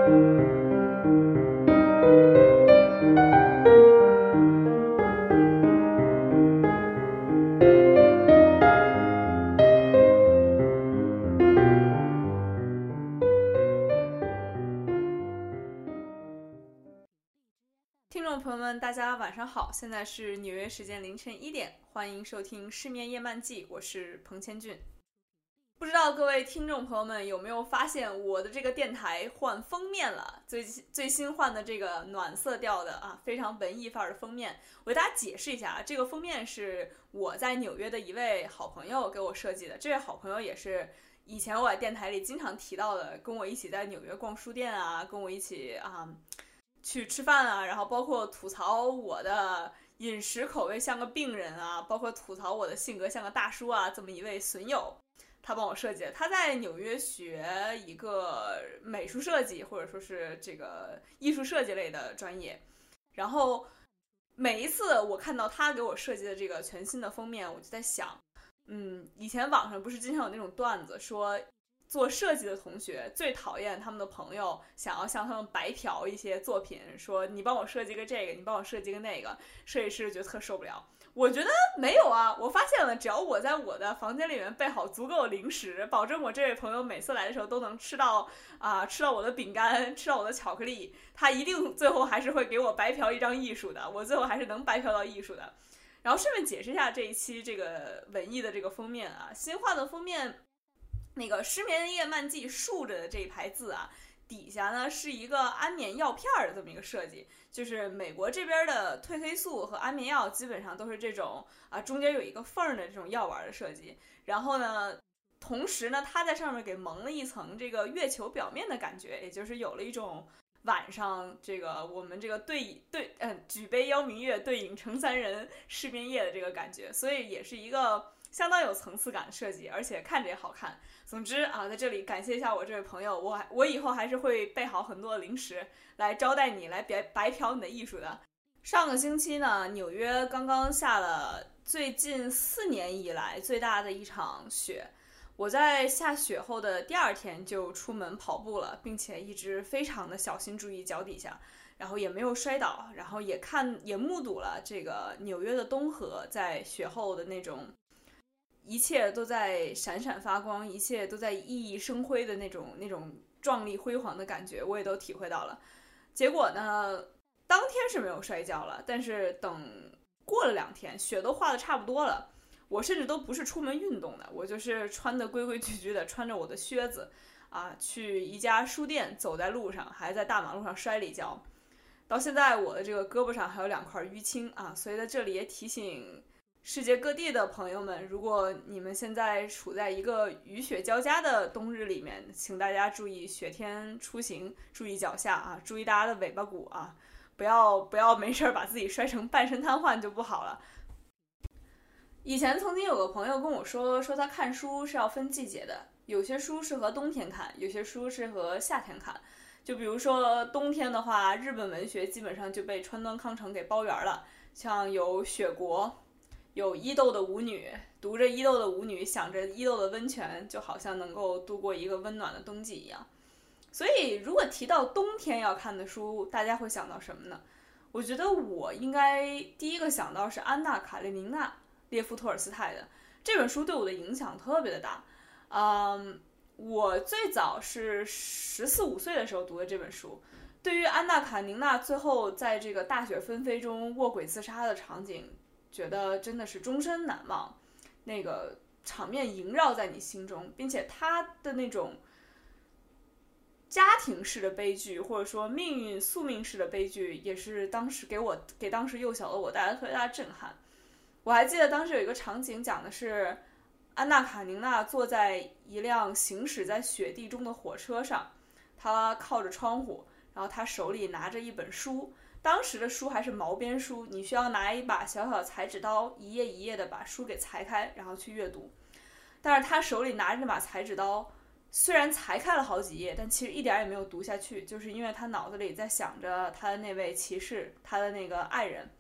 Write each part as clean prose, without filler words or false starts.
听众朋友们，大家晚上好，现在是纽约时间凌晨1点，欢迎收听失眠夜漫记，我是彭千俊。不知道各位听众朋友们有没有发现我的这个电台换封面了？最新换的这个暖色调的非常文艺范儿的封面，我给大家解释一下，这个封面是我在纽约的一位好朋友给我设计的。这位好朋友也是以前我在电台里经常提到的，跟我一起在纽约逛书店啊，跟我一起去吃饭啊，然后包括吐槽我的饮食口味像个病人啊，包括吐槽我的性格像个大叔啊，这么一位损友，他帮我设计的。他在纽约学一个美术设计或者说是这个艺术设计类的专业，然后每一次我看到他给我设计的这个全新的封面，我就在想，以前网上不是经常有那种段子说，做设计的同学最讨厌他们的朋友想要向他们白嫖一些作品，说你帮我设计个这个，你帮我设计个那个，设计师觉得特受不了。我觉得没有啊，我发现了，只要我在我的房间里面备好足够的零食，保证我这位朋友每次来的时候都能吃到我的饼干，吃到我的巧克力，他一定最后还是会给我白嫖一张艺术的，我最后还是能白嫖到艺术的。然后顺便解释一下这一期这个文艺的这个封面啊，新画的封面。那个失眠夜漫记竖着的这一排字啊，底下呢是一个安眠药片的这么一个设计，就是美国这边的褪黑素和安眠药基本上都是这种中间有一个缝的这种药丸的设计。然后呢，同时呢，它在上面给蒙了一层这个月球表面的感觉，也就是有了一种晚上这个我们这个举杯邀明月，对影成三人失眠夜的这个感觉，所以也是一个相当有层次感的设计，而且看着也好看。总之在这里感谢一下我这位朋友，我以后还是会备好很多的零食来招待你，来白嫖你的艺术的。上个星期呢，纽约刚刚下了最近4年以来最大的一场雪，我在下雪后的第2天就出门跑步了，并且一直非常的小心注意脚底下，然后也没有摔倒，然后也目睹了这个纽约的东河在雪后的那种一切都在闪闪发光，一切都在熠熠生辉的那种壮丽辉煌的感觉，我也都体会到了。结果呢，当天是没有摔跤了，但是等过了2天，雪都化的差不多了，我甚至都不是出门运动的，我就是穿的规规矩矩的，穿着我的靴子去一家书店，走在路上，还在大马路上摔了一跤。到现在我的这个胳膊上还有2块淤青所以在这里也提醒世界各地的朋友们，如果你们现在处在一个雨雪交加的冬日里面，请大家注意雪天出行，注意脚下注意大家的尾巴骨不要没事把自己摔成半身瘫痪就不好了。以前曾经有个朋友跟我说他看书是要分季节的，有些书适合冬天看，有些书适合夏天看。就比如说冬天的话，日本文学基本上就被川端康成给包圆了，像有雪国，有伊豆的舞女，读着伊豆的舞女，想着伊豆的温泉，就好像能够度过一个温暖的冬季一样。所以如果提到冬天要看的书，大家会想到什么呢？我觉得我应该第一个想到是安娜·卡列宁娜·列夫·托尔斯泰的这本书，对我的影响特别的大。我最早是14、15岁的时候读的这本书，对于安娜·卡列宁娜最后在这个大雪纷飞中卧轨自杀的场景，觉得真的是终身难忘，那个场面萦绕在你心中，并且他的那种家庭式的悲剧，或者说命运宿命式的悲剧，也是当时给当时幼小的我带来特别大的震撼。我还记得当时有一个场景，讲的是安娜·卡宁娜坐在一辆行驶在雪地中的火车上，她靠着窗户，然后她手里拿着一本书，当时的书还是毛边书，你需要拿一把小小裁纸刀，一页一页的把书给裁开，然后去阅读。但是她手里拿着那把裁纸刀，虽然裁开了好几页，但其实一点也没有读下去，就是因为她脑子里在想着她的那位骑士，她的那个爱人。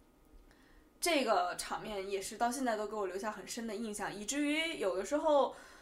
这个场面也是到现在都给我留下很深的印象，以至于有的时候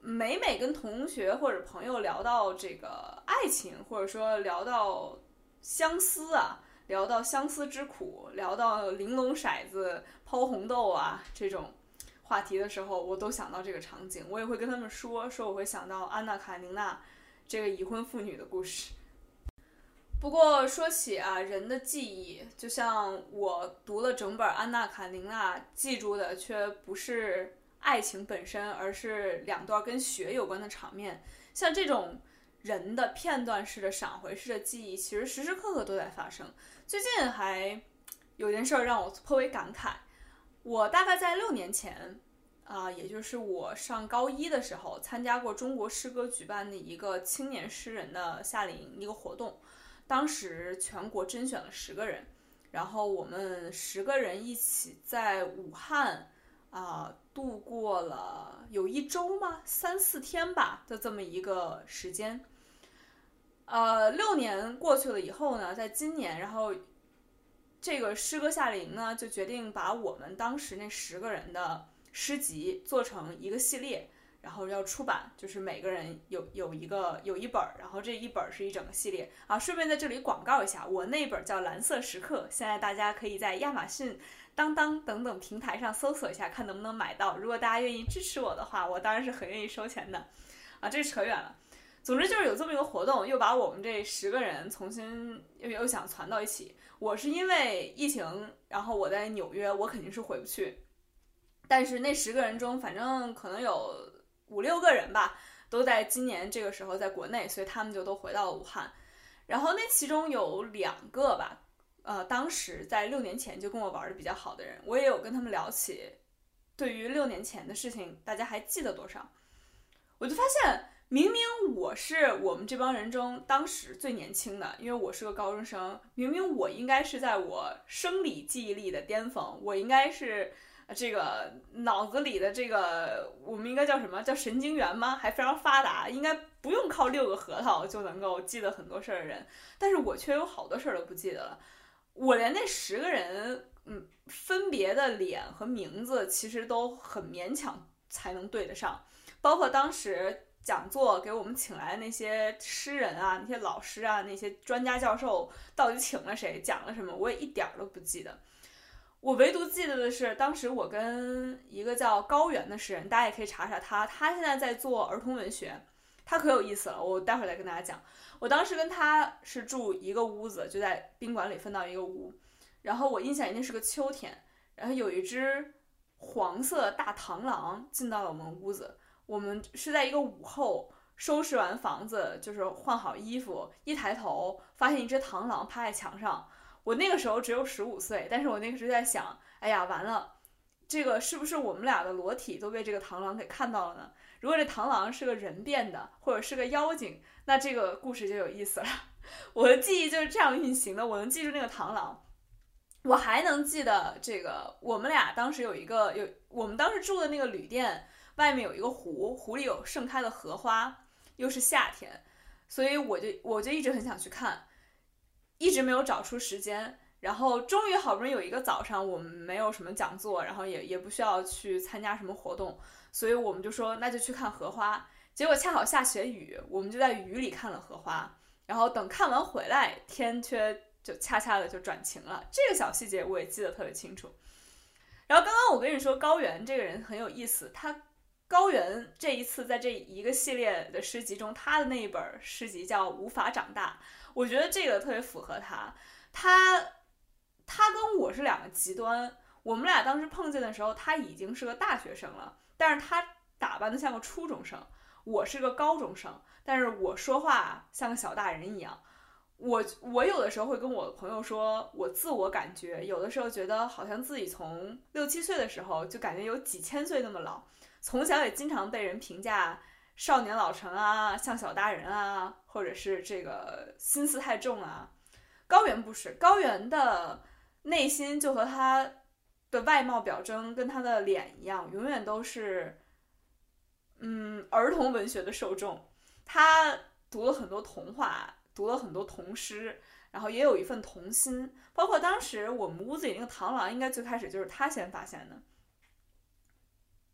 每跟同学或者朋友聊到这个爱情，或者说聊到相思啊，聊到相思之苦，聊到玲珑骰子抛红豆啊这种话题的时候，我都想到这个场景。我也会跟他们说我会想到安娜卡列尼娜这个已婚妇女的故事。不过说起啊，人的记忆，就像我读了整本《安娜卡列尼娜》，记住的却不是爱情本身，而是两段跟雪有关的场面。像这种人的片段式的闪回式的记忆，其实时时刻刻都在发生。最近还有件事让我颇为感慨，我大概在6年前也就是我上高1的时候，参加过中国诗歌举办的一个青年诗人的夏令营一个活动。当时全国甄选了10个人，然后我们10个人一起在武汉度过了有1周吗？3、4天吧的这么一个时间。6年过去了以后呢，在今年，然后这个诗歌夏令营呢就决定把我们当时那10个人的诗集做成一个系列。然后要出版，就是每个人有一本，然后这一本是一整个系列啊。顺便在这里广告一下，我那本叫《蓝色时刻》，现在大家可以在亚马逊、当当等等平台上搜索一下，看能不能买到。如果大家愿意支持我的话，我当然是很愿意收钱的啊。这扯远了。总之就是有这么一个活动，又把我们这10个人重新又想攒到一起。我是因为疫情，然后我在纽约，我肯定是回不去。但是那10个人中，反正可能有5、6个人吧，都在今年这个时候在国内，所以他们就都回到了武汉。然后那其中有2个吧，当时在6年前就跟我玩的比较好的人，我也有跟他们聊起，对于6年前的事情，大家还记得多少？我就发现，明明我是我们这帮人中当时最年轻的，因为我是个高中生，明明我应该是在我生理记忆力的巅峰，我应该是这个脑子里的这个我们应该叫什么？叫神经元吗？还非常发达，应该不用靠6个核桃就能够记得很多事儿的人，但是我却有好多事儿都不记得了。我连那10个人分别的脸和名字其实都很勉强才能对得上，包括当时讲座给我们请来的那些诗人啊，那些老师啊，那些专家教授到底请了谁，讲了什么，我也一点都不记得。我唯独记得的是，当时我跟一个叫高原的诗人，大家也可以查查他现在在做儿童文学，他可有意思了，我待会儿再跟大家讲。我当时跟他是住一个屋子，就在宾馆里分到一个屋，然后我印象一定是个秋天，然后有一只黄色大螳螂进到了我们屋子，我们是在一个午后收拾完房子，就是换好衣服，一抬头发现一只螳螂趴在墙上。我那个时候只有15岁，但是我那个时候在想，哎呀，完了，这个是不是我们俩的裸体都被这个螳螂给看到了呢？如果这螳螂是个人变的，或者是个妖精，那这个故事就有意思了。我的记忆就是这样运行的，我能记住那个螳螂，我还能记得这个，我们俩当时我们当时住的那个旅店外面有一个湖，湖里有盛开的荷花，又是夏天，所以我就一直很想去看。一直没有找出时间，然后终于好不容易有一个早上，我们没有什么讲座，然后也不需要去参加什么活动，所以我们就说那就去看荷花。结果恰好下雪雨，我们就在雨里看了荷花，然后等看完回来，天却就恰恰的就转晴了。这个小细节我也记得特别清楚。然后刚刚我跟你说高原这个人很有意思，高原这一次在这一个系列的诗集中，他的那一本诗集叫《无法长大》。我觉得这个特别符合他跟我是2个极端。我们俩当时碰见的时候，他已经是个大学生了，但是他打扮得像个初中生，我是个高中生，但是我说话像个小大人一样。我有的时候会跟我的朋友说，我自我感觉有的时候觉得好像自己从6、7岁的时候就感觉有几千岁那么老，从小也经常被人评价少年老成啊，像小大人啊，或者是这个心思太重啊。高原不是，高原的内心就和他的外貌表征跟他的脸一样，永远都是儿童文学的受众。他读了很多童话，读了很多童诗，然后也有一份童心。包括当时我们屋子里那个螳螂，应该最开始就是他先发现的。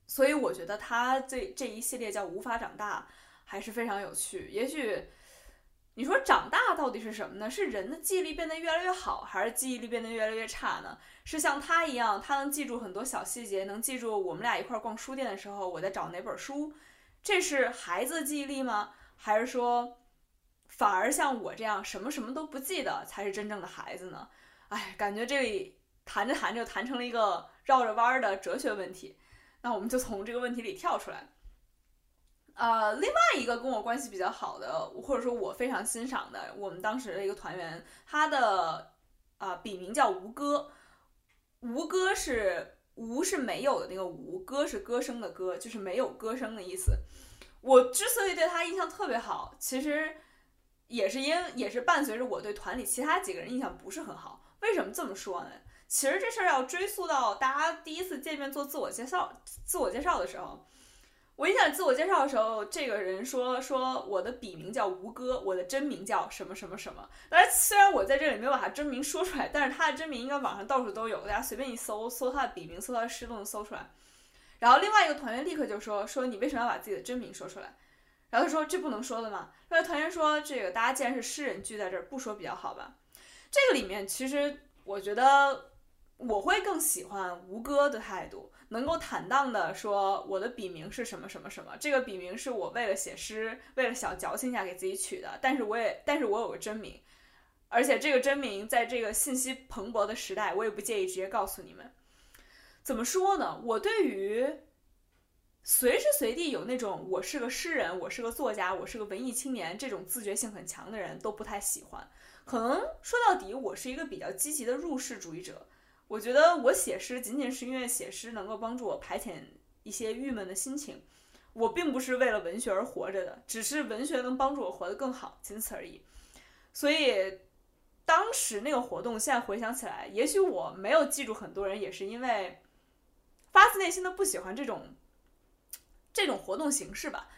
所以我觉得他这一系列叫无法长大还是非常有趣。也许你说长大到底是什么呢？是人的记忆力变得越来越好，还是记忆力变得越来越差呢？是像他一样，他能记住很多小细节，能记住我们俩一块逛书店的时候我在找哪本书，这是孩子的记忆力吗？还是说反而像我这样什么什么都不记得才是真正的孩子呢？哎，感觉这里谈着谈着谈成了一个绕着弯的哲学问题。那我们就从这个问题里跳出来。另外一个跟我关系比较好的，或者说我非常欣赏的，我们当时的一个团员，他的笔名叫吴歌。吴歌是无是没有的那个无，歌是歌声的歌，就是没有歌声的意思。我之所以对他印象特别好，其实也是伴随着我对团里其他几个人印象不是很好。为什么这么说呢？其实这事儿要追溯到大家第一次见面做自我介绍的时候。我印象自我介绍的时候，这个人说我的笔名叫吴歌，我的真名叫什么什么什么。当然，虽然我在这里没有把他真名说出来，但是他的真名应该网上到处都有，大家随便一搜他的笔名，搜他的诗都能搜出来。然后另外一个团员立刻就说你为什么要把自己的真名说出来？然后他说这不能说的嘛。另外团员说这个大家既然是诗人聚在这儿，不说比较好吧。这个里面其实我觉得我会更喜欢吴歌的态度，能够坦荡的说我的笔名是什么什么什么，这个笔名是我为了写诗，为了小矫情一下给自己取的，但是我有个真名，而且这个真名在这个信息蓬勃的时代，我也不介意直接告诉你们。怎么说呢？我对于随时随地有那种我是个诗人，我是个作家，我是个文艺青年这种自觉性很强的人都不太喜欢。可能说到底，我是一个比较积极的入世主义者。我觉得我写诗仅仅是因为写诗能够帮助我排遣一些郁闷的心情，我并不是为了文学而活着的，只是文学能帮助我活得更好，仅此而已。所以当时那个活动，现在回想起来，也许我没有记住很多人，也是因为发自内心的不喜欢这种活动形式吧。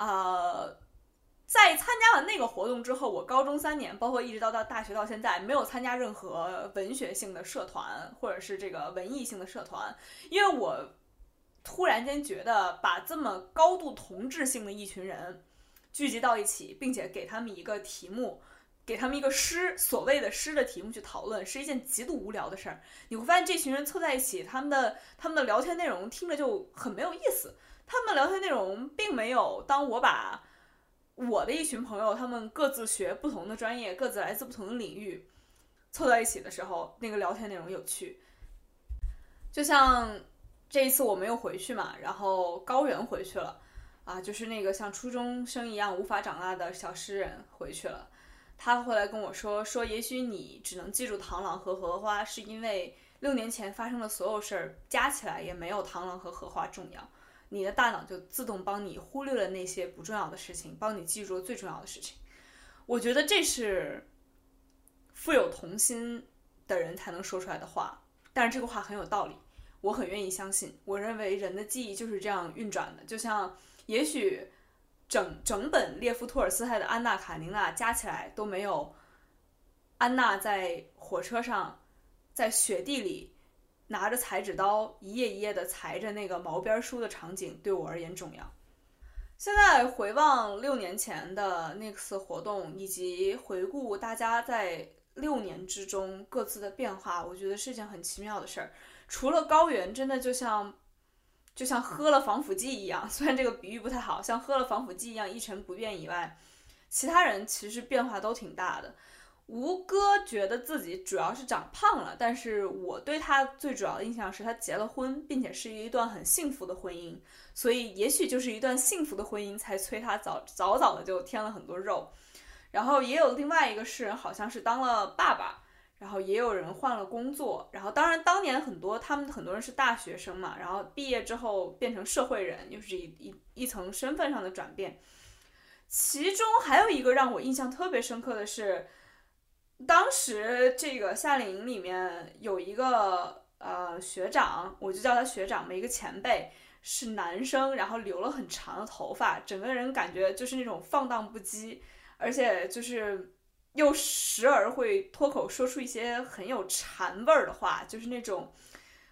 在参加完那个活动之后，我高中3年，包括一直到大学到现在，没有参加任何文学性的社团或者是这个文艺性的社团，因为我突然间觉得把这么高度同质性的一群人聚集到一起，并且给他们一个题目，给他们一个所谓的诗的题目去讨论，是一件极度无聊的事儿。你会发现这群人凑在一起，他们的聊天内容听着就很没有意思。他们的聊天内容并没有当我把我的一群朋友，他们各自学不同的专业，各自来自不同的领域，凑在一起的时候，那个聊天内容有趣。就像这一次我没有回去嘛，然后高原回去了就是那个像初中生一样无法长大的小诗人回去了。他后来跟我说也许你只能记住螳螂和荷花，是因为6年前发生的所有事儿加起来也没有螳螂和荷花重要，你的大脑就自动帮你忽略了那些不重要的事情，帮你记住了最重要的事情。我觉得这是富有童心的人才能说出来的话，但是这个话很有道理，我很愿意相信。我认为人的记忆就是这样运转的，就像也许整本列夫托尔斯泰的《安娜卡尼娜》加起来都没有安娜在火车上在雪地里拿着裁纸刀一页一页的裁着那个毛边书的场景对我而言重要。现在回望6年前的那次活动，以及回顾大家在6年之中各自的变化，我觉得是件很奇妙的事儿。除了高原真的就像喝了防腐剂一样，虽然这个比喻不太好，像喝了防腐剂一样一成不变以外，其他人其实变化都挺大的。吴哥觉得自己主要是长胖了，但是我对他最主要的印象是他结了婚，并且是一段很幸福的婚姻，所以也许就是一段幸福的婚姻才催他早的就添了很多肉。然后也有另外一个诗人好像是当了爸爸，然后也有人换了工作，然后当然当年他们很多人是大学生嘛，然后毕业之后变成社会人，又是一层身份上的转变。其中还有一个让我印象特别深刻的是，当时这个夏令营里面有一个学长，我就叫他学长吧，一个前辈，是男生，然后留了很长的头发，整个人感觉就是那种放荡不羁，而且就是又时而会脱口说出一些很有禅味儿的话，就是那种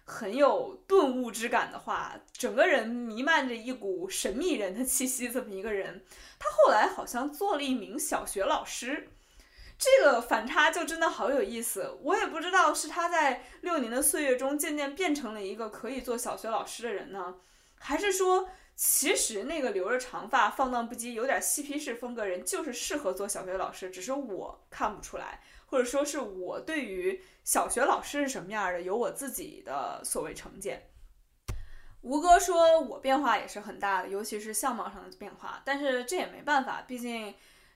很有顿悟之感的话，整个人弥漫着一股神秘人的气息，这么一个人，他后来好像做了一名小学老师。这个反差就真的好有意思，我也不知道是他在6年的岁月中渐渐变成了一个可以做小学老师的人呢，还是说其实那个留着长发放荡不羁有点嬉皮士风格人就是适合做小学老师，只是我看不出来，或者说是我对于小学老师是什么样的有我自己的所谓成见。吴哥说我变化也是很大的，尤其是相貌上的变化，但是这也没办法，毕竟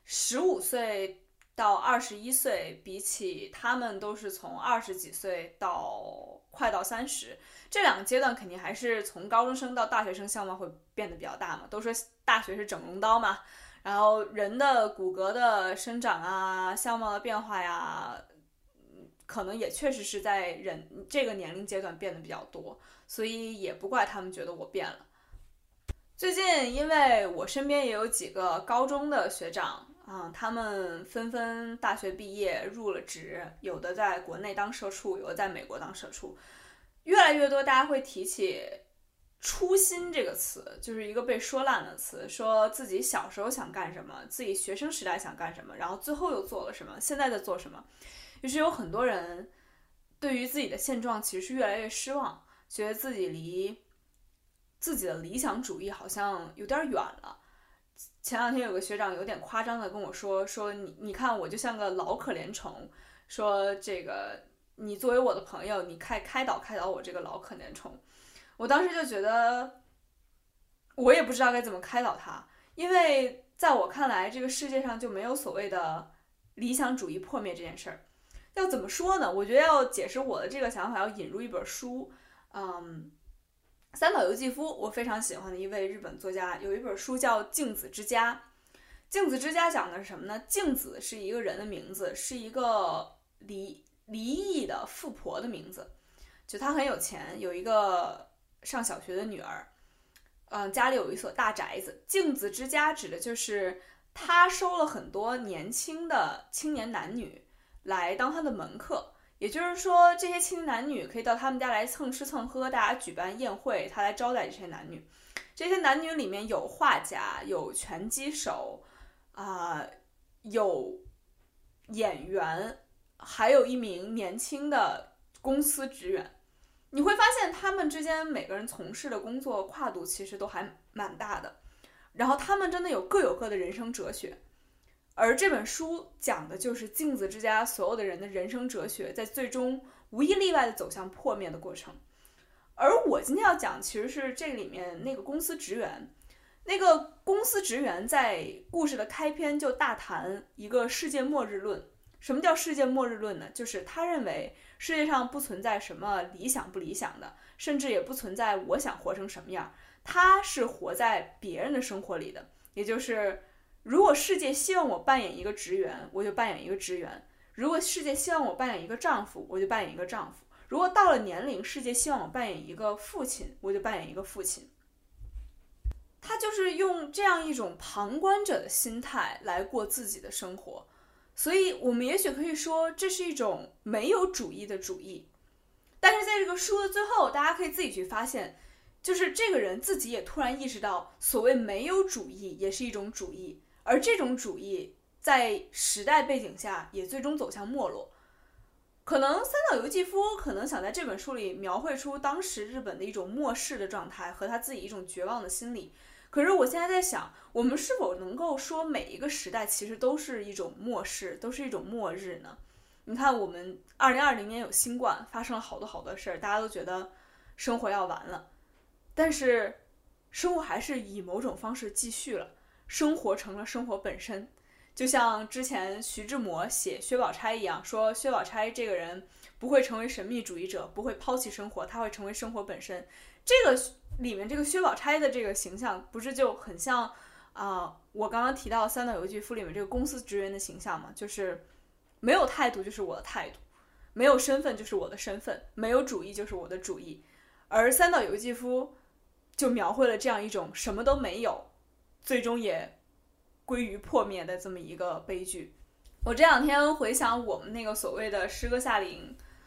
15岁到21岁，比起他们都是从20几岁到快到30，这2个阶段肯定还是从高中生到大学生相貌会变得比较大嘛。都说大学是整容刀嘛，然后人的骨骼的生长啊，相貌的变化呀，可能也确实是在人这个年龄阶段变得比较多，所以也不怪他们觉得我变了。最近因为我身边也有几个高中的学长他们纷纷大学毕业入了职，有的在国内当社畜，有的在美国当社畜，越来越多大家会提起初心这个词，就是一个被说烂的词，说自己小时候想干什么，自己学生时代想干什么，然后最后又做了什么，现在在做什么。于是有很多人对于自己的现状其实是越来越失望，觉得自己离自己的理想主义好像有点远了。前2天有个学长有点夸张的跟我说你看我就像个老可怜虫，说这个你作为我的朋友，你开导我这个老可怜虫。我当时就觉得我也不知道该怎么开导他，因为在我看来这个世界上就没有所谓的理想主义破灭这件事儿。要怎么说呢？我觉得要解释我的这个想法要引入一本书，三岛由纪夫我非常喜欢的一位日本作家，有一本书叫《镜子之家》。镜子之家讲的是什么呢？镜子是一个人的名字，是一个离异的富婆的名字，就她很有钱，有一个上小学的女儿，家里有一所大宅子。镜子之家指的就是她收了很多年轻的青年男女来当她的门客，也就是说这些青年男女可以到他们家来蹭吃蹭喝，大家举办宴会，他来招待这些男女。这些男女里面有画家，有拳击手有演员，还有一名年轻的公司职员。你会发现他们之间每个人从事的工作跨度其实都还蛮大的，然后他们真的各有各的人生哲学。而这本书讲的就是镜子之家所有的人的人生哲学，在最终无一例外的走向破灭的过程。而我今天要讲其实是这里面那个公司职员，那个公司职员在故事的开篇就大谈一个世界末日论。什么叫世界末日论呢？就是他认为世界上不存在什么理想不理想的，甚至也不存在我想活成什么样，他是活在别人的生活里的。也就是如果世界希望我扮演一个职员，我就扮演一个职员；如果世界希望我扮演一个丈夫，我就扮演一个丈夫；如果到了年龄，世界希望我扮演一个父亲，我就扮演一个父亲。他就是用这样一种旁观者的心态来过自己的生活，所以我们也许可以说这是一种没有主义的主义。但是在这个书的最后，大家可以自己去发现，就是这个人自己也突然意识到，所谓没有主义也是一种主义，而这种主义在时代背景下也最终走向没落。可能三岛由纪夫可能想在这本书里描绘出当时日本的一种末世的状态和他自己一种绝望的心理。可是我现在在想，我们是否能够说每一个时代其实都是一种末世，都是一种末日呢？你看我们2020年有新冠，发生了好多事儿，大家都觉得生活要完了，但是生活还是以某种方式继续了，生活成了生活本身。就像之前徐志摩写薛宝钗一样，说薛宝钗这个人不会成为神秘主义者，不会抛弃生活，他会成为生活本身。这个里面这个薛宝钗的这个形象不是就很像我刚刚提到三岛由纪夫里面这个公司职员的形象吗？就是没有态度就是我的态度，没有身份就是我的身份，没有主义就是我的主义。而三岛由纪夫就描绘了这样一种什么都没有，最终也归于破灭的这么一个悲剧。我这2天回想我们那个所谓的诗歌夏令营，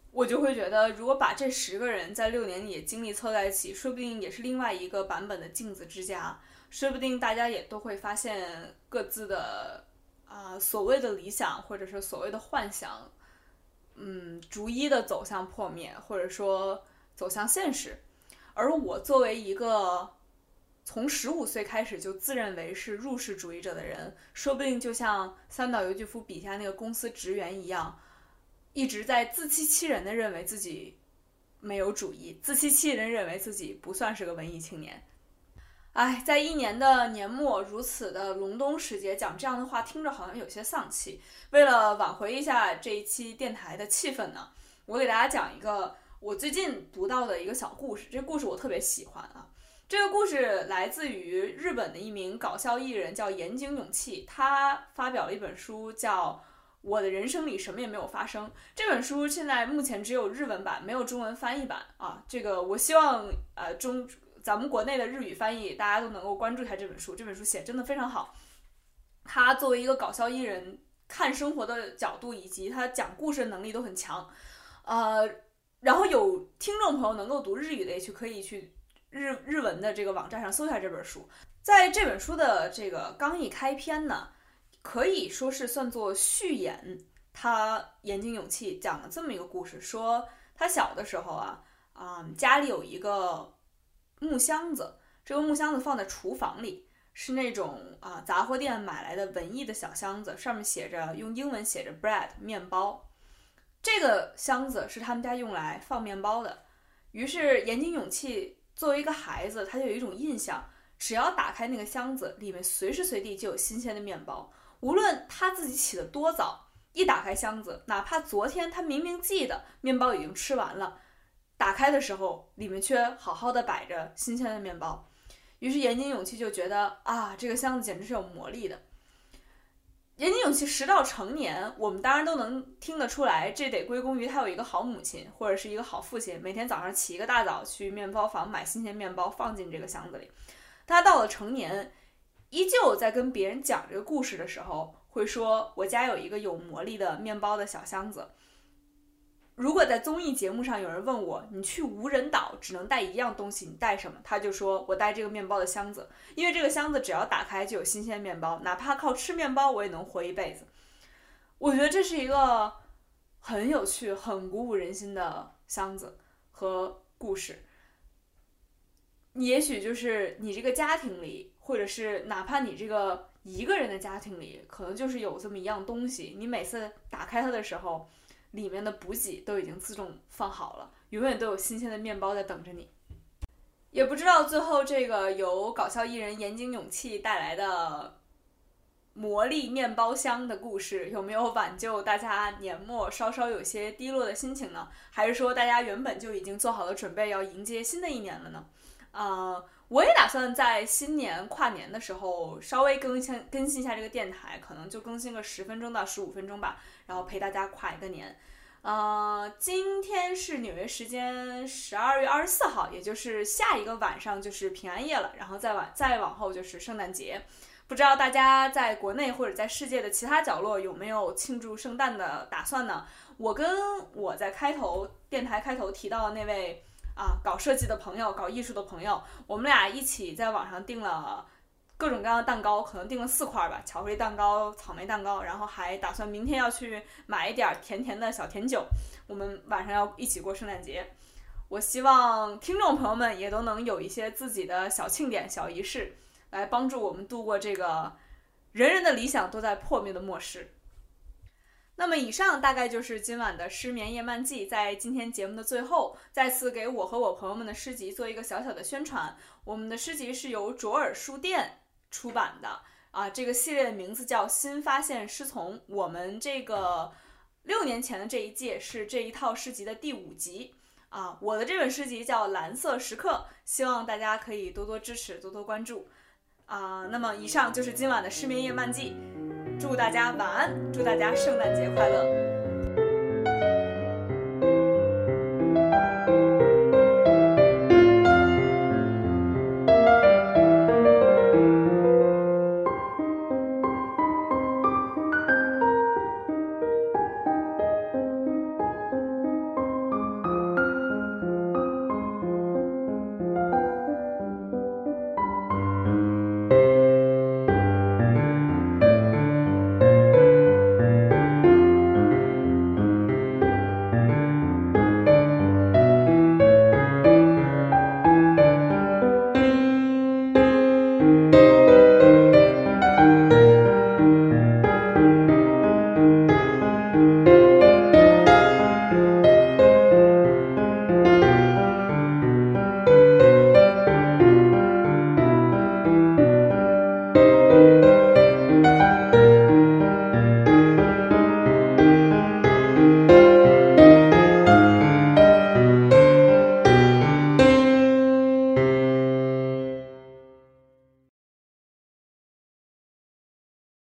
我就会觉得，如果把这10个人在6年里经历凑在一起，说不定也是另外一个版本的镜子之家，说不定大家也都会发现各自的所谓的理想或者是所谓的幻想，逐一的走向破灭，或者说走向现实。而我作为一个从15岁开始就自认为是入世主义者的人，说不定就像三岛由纪夫笔下那个公司职员一样，一直在自欺欺人的认为自己没有主义，自欺欺人认为自己不算是个文艺青年。在一年的年末如此的隆冬时节讲这样的话，听着好像有些丧气。为了挽回一下这一期电台的气氛呢，我给大家讲一个我最近读到的一个小故事，这个故事我特别喜欢啊。这个故事来自于日本的一名搞笑艺人，叫岩井勇气，他发表了一本书叫我的人生里什么也没有发生。这本书现在目前只有日文版，没有中文翻译版啊。这个我希望咱们国内的日语翻译大家都能够关注一下这本书，这本书写真的非常好。他作为一个搞笑艺人，看生活的角度以及他讲故事的能力都很强。然后有听众朋友能够读日语的，也可以去日文的这个网站上搜一下这本书。在这本书的这个刚一开篇呢，可以说是算作序言。他岩井勇气讲了这么一个故事，说他小的时候家里有一个木箱子，这个木箱子放在厨房里，是那种杂货店买来的文艺的小箱子，上面用英文写着 bread 面包。这个箱子是他们家用来放面包的。于是岩井勇气作为一个孩子，他就有一种印象，只要打开那个箱子，里面随时随地就有新鲜的面包。无论他自己起得多早，一打开箱子，哪怕昨天他明明记得面包已经吃完了，打开的时候里面却好好的摆着新鲜的面包。于是岩井勇气就觉得这个箱子简直是有魔力的。岩井勇气时到成年，我们当然都能听得出来，这得归功于他有一个好母亲或者是一个好父亲，每天早上起一个大早去面包房买新鲜面包放进这个箱子里。他到了成年，依旧在跟别人讲这个故事的时候会说，我家有一个有魔力的面包的小箱子。如果在综艺节目上有人问我，你去无人岛只能带一样东西，你带什么？他就说，我带这个面包的箱子，因为这个箱子只要打开就有新鲜面包，哪怕靠吃面包我也能活一辈子。我觉得这是一个很有趣很鼓舞人心的箱子和故事。你也许就是你这个家庭里，或者是哪怕你这个一个人的家庭里，可能就是有这么一样东西，你每次打开它的时候，里面的补给都已经自动放好了，永远都有新鲜的面包在等着你。也不知道最后这个由搞笑艺人岩井勇气带来的魔力面包箱的故事有没有挽救大家年末稍稍有些低落的心情呢？还是说大家原本就已经做好了准备要迎接新的一年了呢？我也打算在新年跨年的时候稍微更新一下这个电台，可能就更新个10分钟到15分钟吧，然后陪大家跨一个年。今天是纽约时间12月24号，也就是下一个晚上就是平安夜了，然后再往后就是圣诞节。不知道大家在国内或者在世界的其他角落有没有庆祝圣诞的打算呢？我跟我在电台开头提到的那位搞设计的朋友，搞艺术的朋友，我们俩一起在网上订了各种各样的蛋糕，可能订了4块吧，巧克力蛋糕、草莓蛋糕，然后还打算明天要去买一点甜甜的小甜酒，我们晚上要一起过圣诞节。我希望听众朋友们也都能有一些自己的小庆典、小仪式，来帮助我们度过这个人人的理想都在破灭的末世。那么以上大概就是今晚的失眠夜漫记。在今天节目的最后，再次给我和我朋友们的诗集做一个小小的宣传。我们的诗集是由卓尔书店出版的这个系列的名字叫新发现诗丛。我们这个6年前的这一届是这一套诗集的第5集我的这本诗集叫蓝色时刻，希望大家可以多多支持，多多关注那么以上就是今晚的失眠夜漫记，祝大家晚安，祝大家圣诞节快乐。